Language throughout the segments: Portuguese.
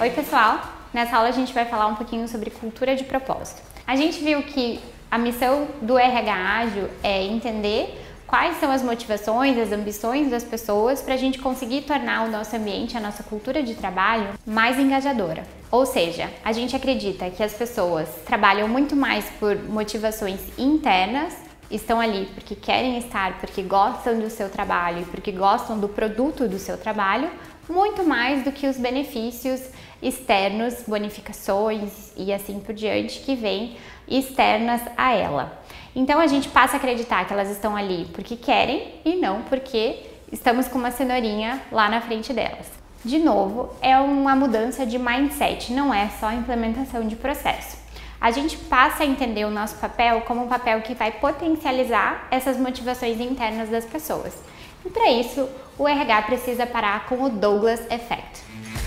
Oi pessoal, nessa aula a gente vai falar um pouquinho sobre cultura de propósito. A gente viu que a missão do RH Ágil é entender quais são as motivações, as ambições das pessoas para a gente conseguir tornar o nosso ambiente, a nossa cultura de trabalho mais engajadora. Ou seja, a gente acredita que as pessoas trabalham muito mais por motivações internas, estão ali porque querem estar, porque gostam do seu trabalho e porque gostam do produto do seu trabalho, muito mais do que os benefícios externos, bonificações e assim por diante que vêm externas a ela. Então a gente passa a acreditar que elas estão ali porque querem e não porque estamos com uma cenourinha lá na frente delas. De novo, é uma mudança de mindset, não é só implementação de processo. A gente passa a entender o nosso papel como um papel que vai potencializar essas motivações internas das pessoas. E para isso, o RH precisa parar com o Douglas Effect.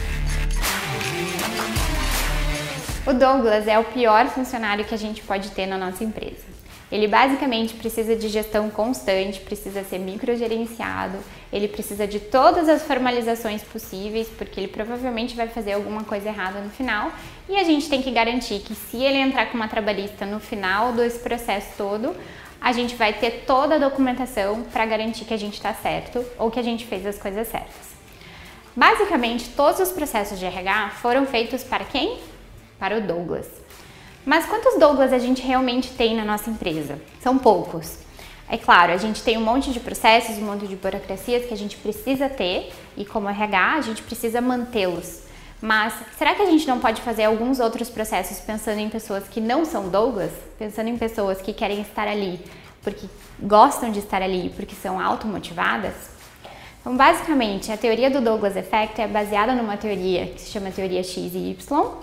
O Douglas é o pior funcionário que a gente pode ter na nossa empresa. Ele basicamente precisa de gestão constante, precisa ser microgerenciado, ele precisa de todas as formalizações possíveis, porque ele provavelmente vai fazer alguma coisa errada no final, e a gente tem que garantir que se ele entrar com uma trabalhista no final desse processo todo, a gente vai ter toda a documentação para garantir que a gente está certo ou que a gente fez as coisas certas. Basicamente, todos os processos de RH foram feitos para quem? Para o Douglas. Mas quantos Douglas a gente realmente tem na nossa empresa? São poucos. É claro, a gente tem um monte de processos, um monte de burocracias que a gente precisa ter e como RH a gente precisa mantê-los. Mas será que a gente não pode fazer alguns outros processos pensando em pessoas que não são Douglas? Pensando em pessoas que querem estar ali porque gostam de estar ali, porque são automotivadas? Então, basicamente, a teoria do Douglas Effect é baseada numa teoria que se chama teoria X e Y,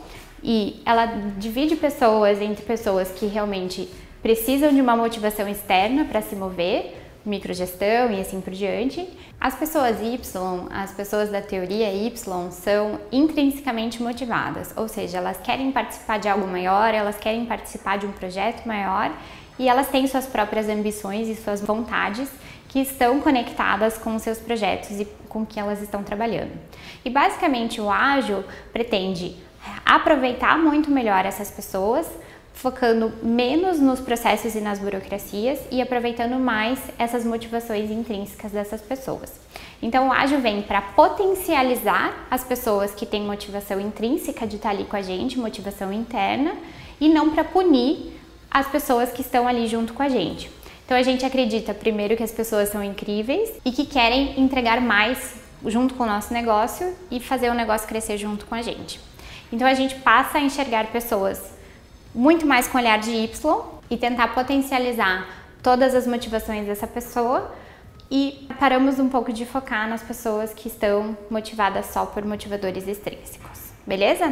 e ela divide pessoas entre pessoas que realmente precisam de uma motivação externa para se mover, microgestão e assim por diante. As pessoas Y, as pessoas da teoria Y, são intrinsecamente motivadas, ou seja, elas querem participar de algo maior, elas querem participar de um projeto maior e elas têm suas próprias ambições e suas vontades que estão conectadas com os seus projetos e com que elas estão trabalhando. E basicamente o Ágil pretende aproveitar muito melhor essas pessoas, focando menos nos processos e nas burocracias e aproveitando mais essas motivações intrínsecas dessas pessoas. Então o Ágil vem para potencializar as pessoas que têm motivação intrínseca de estar ali com a gente, motivação interna, e não para punir as pessoas que estão ali junto com a gente. Então a gente acredita primeiro que as pessoas são incríveis e que querem entregar mais junto com o nosso negócio e fazer o negócio crescer junto com a gente. Então a gente passa a enxergar pessoas muito mais com olhar de Y e tentar potencializar todas as motivações dessa pessoa e paramos um pouco de focar nas pessoas que estão motivadas só por motivadores extrínsecos. Beleza?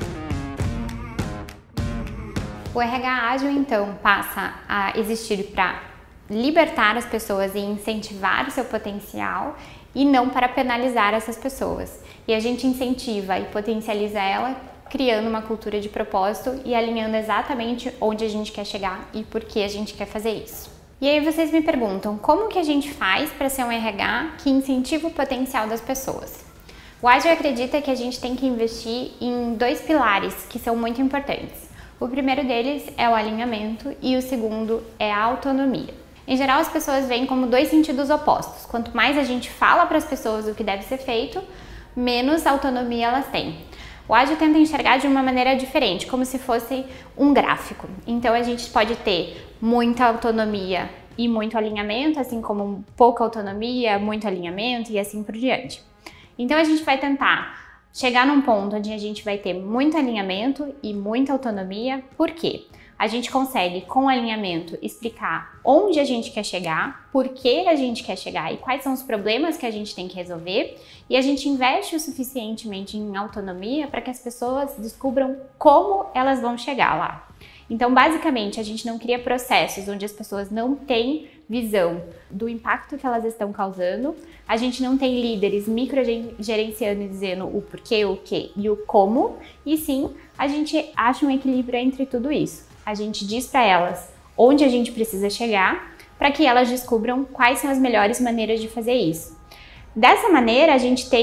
O RH Ágil então passa a existir para libertar as pessoas e incentivar o seu potencial e não para penalizar essas pessoas. E a gente incentiva e potencializa ela criando uma cultura de propósito e alinhando exatamente onde a gente quer chegar e por que a gente quer fazer isso. E aí vocês me perguntam, como que a gente faz para ser um RH que incentiva o potencial das pessoas? O Ágil acredita que a gente tem que investir em dois pilares que são muito importantes. O primeiro deles é o alinhamento e o segundo é a autonomia. Em geral, as pessoas veem como dois sentidos opostos. Quanto mais a gente fala para as pessoas o que deve ser feito, menos autonomia elas têm. O Ágil tenta enxergar de uma maneira diferente, como se fosse um gráfico. Então a gente pode ter muita autonomia e muito alinhamento, assim como pouca autonomia, muito alinhamento e assim por diante. Então a gente vai tentar chegar num ponto onde a gente vai ter muito alinhamento e muita autonomia. Por quê? A gente consegue, com o alinhamento, explicar onde a gente quer chegar, por que a gente quer chegar e quais são os problemas que a gente tem que resolver, e a gente investe o suficientemente em autonomia para que as pessoas descubram como elas vão chegar lá. Então, basicamente, a gente não cria processos onde as pessoas não têm visão do impacto que elas estão causando, a gente não tem líderes microgerenciando e dizendo o porquê, o que e o como, e sim, a gente acha um equilíbrio entre tudo isso. A gente diz para elas onde a gente precisa chegar para que elas descubram quais são as melhores maneiras de fazer isso. Dessa maneira, a gente tem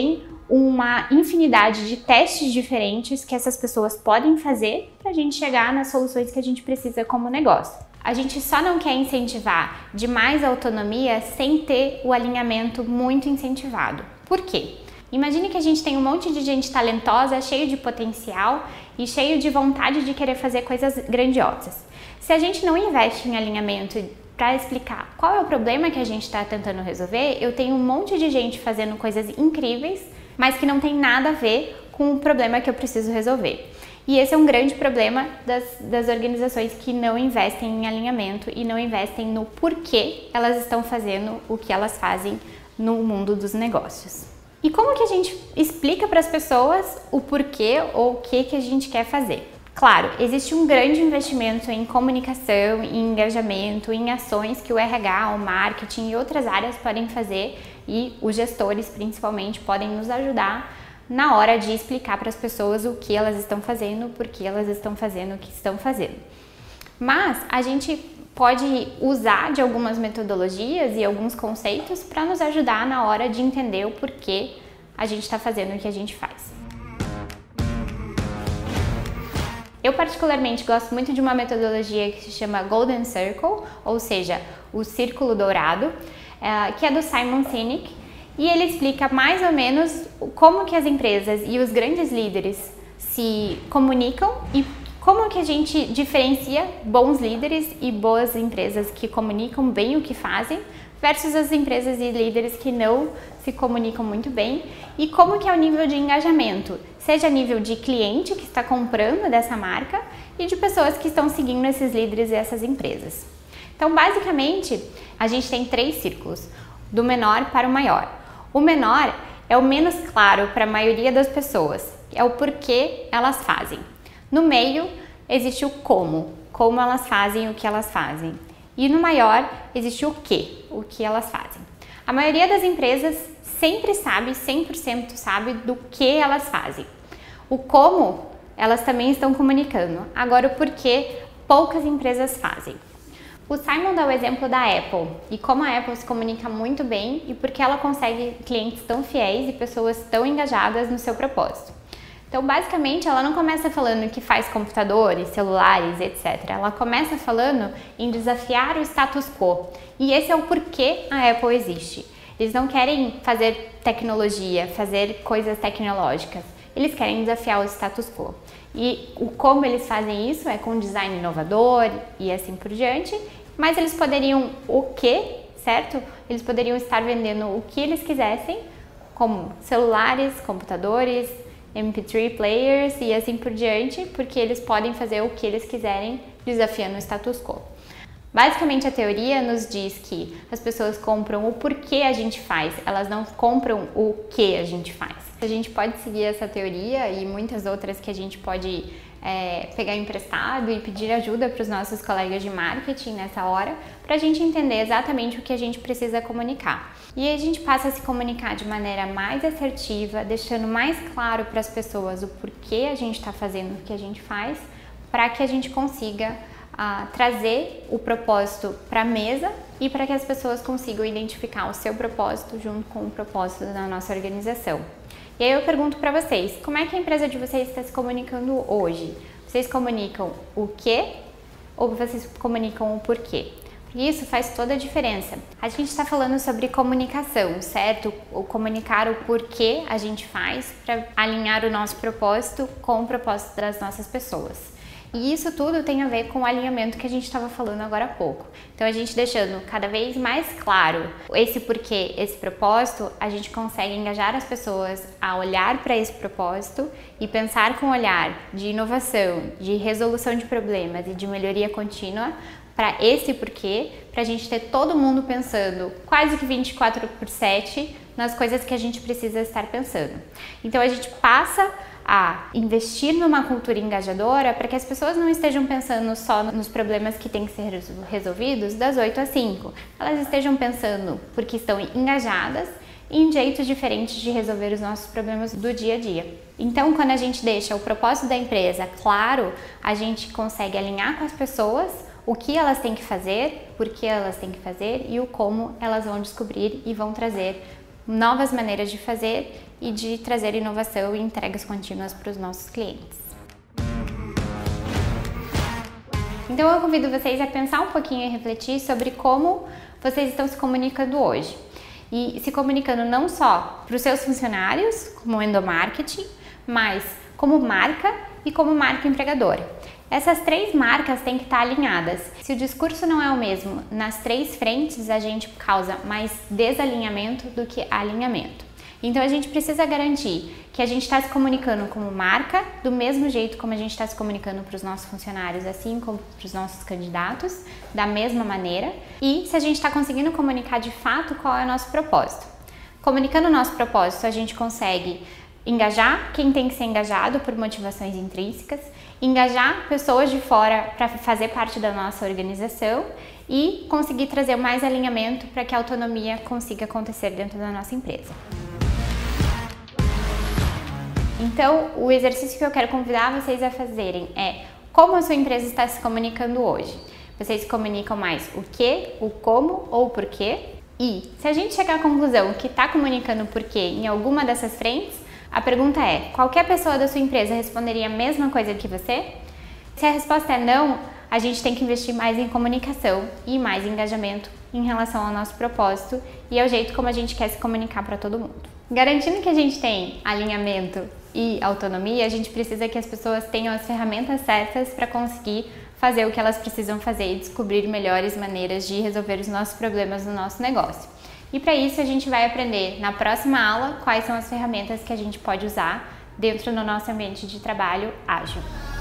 uma infinidade de testes diferentes que essas pessoas podem fazer para a gente chegar nas soluções que a gente precisa como negócio. A gente só não quer incentivar demais a autonomia sem ter o alinhamento muito incentivado. Por quê? Imagine que a gente tem um monte de gente talentosa, cheio de potencial e cheio de vontade de querer fazer coisas grandiosas. Se a gente não investe em alinhamento para explicar qual é o problema que a gente está tentando resolver, eu tenho um monte de gente fazendo coisas incríveis, mas que não tem nada a ver com o problema que eu preciso resolver. E esse é um grande problema das organizações que não investem em alinhamento e não investem no porquê elas estão fazendo o que elas fazem no mundo dos negócios. E como que a gente explica para as pessoas o porquê ou o que a gente quer fazer? Claro, existe um grande investimento em comunicação, em engajamento, em ações que o RH, o marketing e outras áreas podem fazer e os gestores, principalmente, podem nos ajudar na hora de explicar para as pessoas o que elas estão fazendo, por que elas estão fazendo o que estão fazendo. Mas a gente pode usar de algumas metodologias e alguns conceitos para nos ajudar na hora de entender o porquê a gente está fazendo o que a gente faz. Eu particularmente gosto muito de uma metodologia que se chama Golden Circle, ou seja, o Círculo Dourado, que é do Simon Sinek, e ele explica mais ou menos como que as empresas e os grandes líderes se comunicam e como que a gente diferencia bons líderes e boas empresas que comunicam bem o que fazem versus as empresas e líderes que não se comunicam muito bem e como que é o nível de engajamento, seja a nível de cliente que está comprando dessa marca e de pessoas que estão seguindo esses líderes e essas empresas. Então, basicamente, a gente tem 3 círculos, do menor para o maior. O menor é o menos claro para a maioria das pessoas, é o porquê elas fazem. No meio, existe o como elas fazem o que elas fazem. E no maior, existe o que elas fazem. A maioria das empresas sempre sabe, 100% sabe do que elas fazem. O como, elas também estão comunicando. Agora, o porquê, poucas empresas fazem. O Simon dá o exemplo da Apple e como a Apple se comunica muito bem e porque ela consegue clientes tão fiéis e pessoas tão engajadas no seu propósito. Então, basicamente, ela não começa falando que faz computadores, celulares, etc. Ela começa falando em desafiar o status quo. E esse é o porquê a Apple existe. Eles não querem fazer tecnologia, fazer coisas tecnológicas. Eles querem desafiar o status quo. E o como eles fazem isso é com design inovador e assim por diante. Mas eles poderiam certo? Eles poderiam estar vendendo o que eles quisessem, como celulares, computadores, MP3 players e assim por diante, porque eles podem fazer o que eles quiserem desafiando o status quo. Basicamente, a teoria nos diz que as pessoas compram o porquê a gente faz, elas não compram o que a gente faz. A gente pode seguir essa teoria e muitas outras que a gente pode pegar emprestado e pedir ajuda para os nossos colegas de marketing nessa hora, para a gente entender exatamente o que a gente precisa comunicar. E a gente passa a se comunicar de maneira mais assertiva, deixando mais claro para as pessoas o porquê a gente está fazendo o que a gente faz, para que a gente consiga trazer o propósito para a mesa e para que as pessoas consigam identificar o seu propósito junto com o propósito da nossa organização. E aí eu pergunto para vocês, como é que a empresa de vocês está se comunicando hoje? Vocês comunicam o que ou vocês comunicam o porquê? Porque isso faz toda a diferença. A gente está falando sobre comunicação, certo? O comunicar o porquê a gente faz para alinhar o nosso propósito com o propósito das nossas pessoas. E isso tudo tem a ver com o alinhamento que a gente estava falando agora há pouco. Então, a gente deixando cada vez mais claro esse porquê, esse propósito, a gente consegue engajar as pessoas a olhar para esse propósito e pensar com um olhar de inovação, de resolução de problemas e de melhoria contínua para esse porquê, para a gente ter todo mundo pensando quase que 24/7 nas coisas que a gente precisa estar pensando. Então, a gente passa a investir numa cultura engajadora para que as pessoas não estejam pensando só nos problemas que têm que ser resolvidos das 8 às 5. Elas estejam pensando porque estão engajadas em jeitos diferentes de resolver os nossos problemas do dia a dia. Então, quando a gente deixa o propósito da empresa claro, a gente consegue alinhar com as pessoas o que elas têm que fazer, por que elas têm que fazer e o como elas vão descobrir e vão trazer novas maneiras de fazer e de trazer inovação e entregas contínuas para os nossos clientes. Então eu convido vocês a pensar um pouquinho e refletir sobre como vocês estão se comunicando hoje. E se comunicando não só para os seus funcionários, como endomarketing, mas como marca e como marca empregadora. Essas três marcas têm que estar alinhadas. Se o discurso não é o mesmo nas três frentes, a gente causa mais desalinhamento do que alinhamento. Então a gente precisa garantir que a gente está se comunicando como marca do mesmo jeito como a gente está se comunicando para os nossos funcionários, assim como para os nossos candidatos, da mesma maneira. E se a gente está conseguindo comunicar de fato qual é o nosso propósito. Comunicando o nosso propósito, a gente consegue engajar quem tem que ser engajado por motivações intrínsecas, engajar pessoas de fora para fazer parte da nossa organização e conseguir trazer mais alinhamento para que a autonomia consiga acontecer dentro da nossa empresa. Então, o exercício que eu quero convidar vocês a fazerem é como a sua empresa está se comunicando hoje. Vocês se comunicam mais o que, o como ou o porquê? E se a gente chegar à conclusão que está comunicando o porquê em alguma dessas frentes, a pergunta é, qualquer pessoa da sua empresa responderia a mesma coisa que você? Se a resposta é não, a gente tem que investir mais em comunicação e mais engajamento em relação ao nosso propósito e ao jeito como a gente quer se comunicar para todo mundo. Garantindo que a gente tem alinhamento e autonomia, a gente precisa que as pessoas tenham as ferramentas certas para conseguir fazer o que elas precisam fazer e descobrir melhores maneiras de resolver os nossos problemas no nosso negócio. E para isso a gente vai aprender na próxima aula quais são as ferramentas que a gente pode usar dentro do nosso ambiente de trabalho ágil.